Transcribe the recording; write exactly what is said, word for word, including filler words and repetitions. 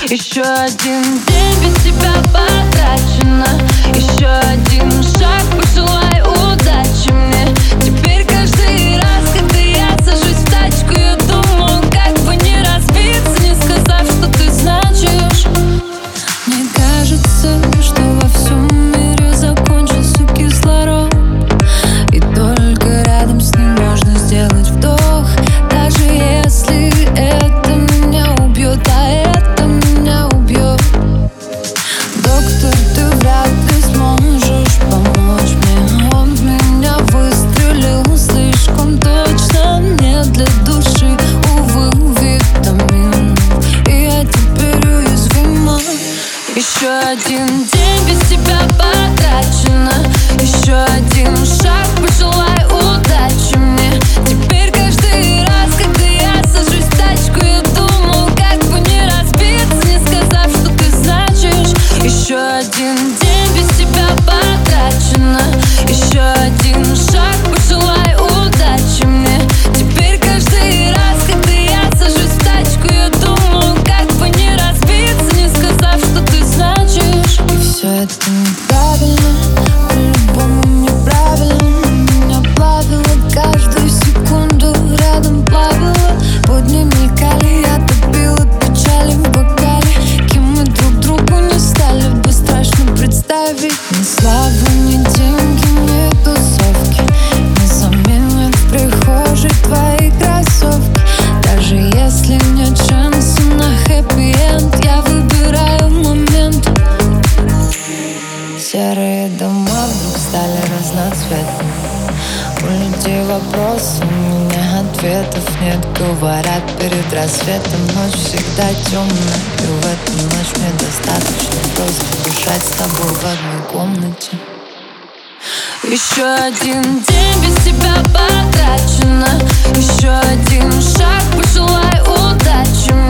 Еще один день без тебя потрачено. Еще один шаг, пожелай удачи мне. Теперь каждый раз, когда я сажусь в тачку, я думаю, как бы не разбиться, не сказав, что ты значишь. Мне кажется, что во всем мире закончился кислород, и только рядом с ним можно сделать вдох. Даже если это меня убьет, а это меня убьет. Доктор, ты вряд ли сможешь помочь мне. Он в меня выстрелил слишком точно. Не для души, увы, витаминов, и я теперь уязвима. Еще один день без тебя потрачено. Еще один шаг, пожелай удачи мне. Теперь каждый раз, когда я сажусь в тачку, я думаю, как бы не разбиться, не сказав, что ты значишь. Еще один день без тебя потрачено. Еще один шаг, пожелай удачи мне. Теперь каждый раз, когда я сажусь в тачку, я думаю, как бы не разбиться, не сказав, что ты значишь. И все это неправильно, по-любому неправильно. Меня плавило каждую секунду, рядом плавило. Будни мелькали, я топила печали в бокале. Кем мы друг другу не стали бы страшно представить. Ни славы, ни деньги, ни тусовки не заменят в прихожей твои кроссовки. Даже если нет шанса на хэппи-энд, я выбираю момент. Серые дома вдруг стали разноцветными. У людей вопросы, у меня ответов нет. Говорят, перед рассветом ночь всегда темная, и в эту ночь мне достаточно просто дышать с тобой в одной комнате. Еще один день без тебя потрачено. Еще один шаг, пожелай удачи мне.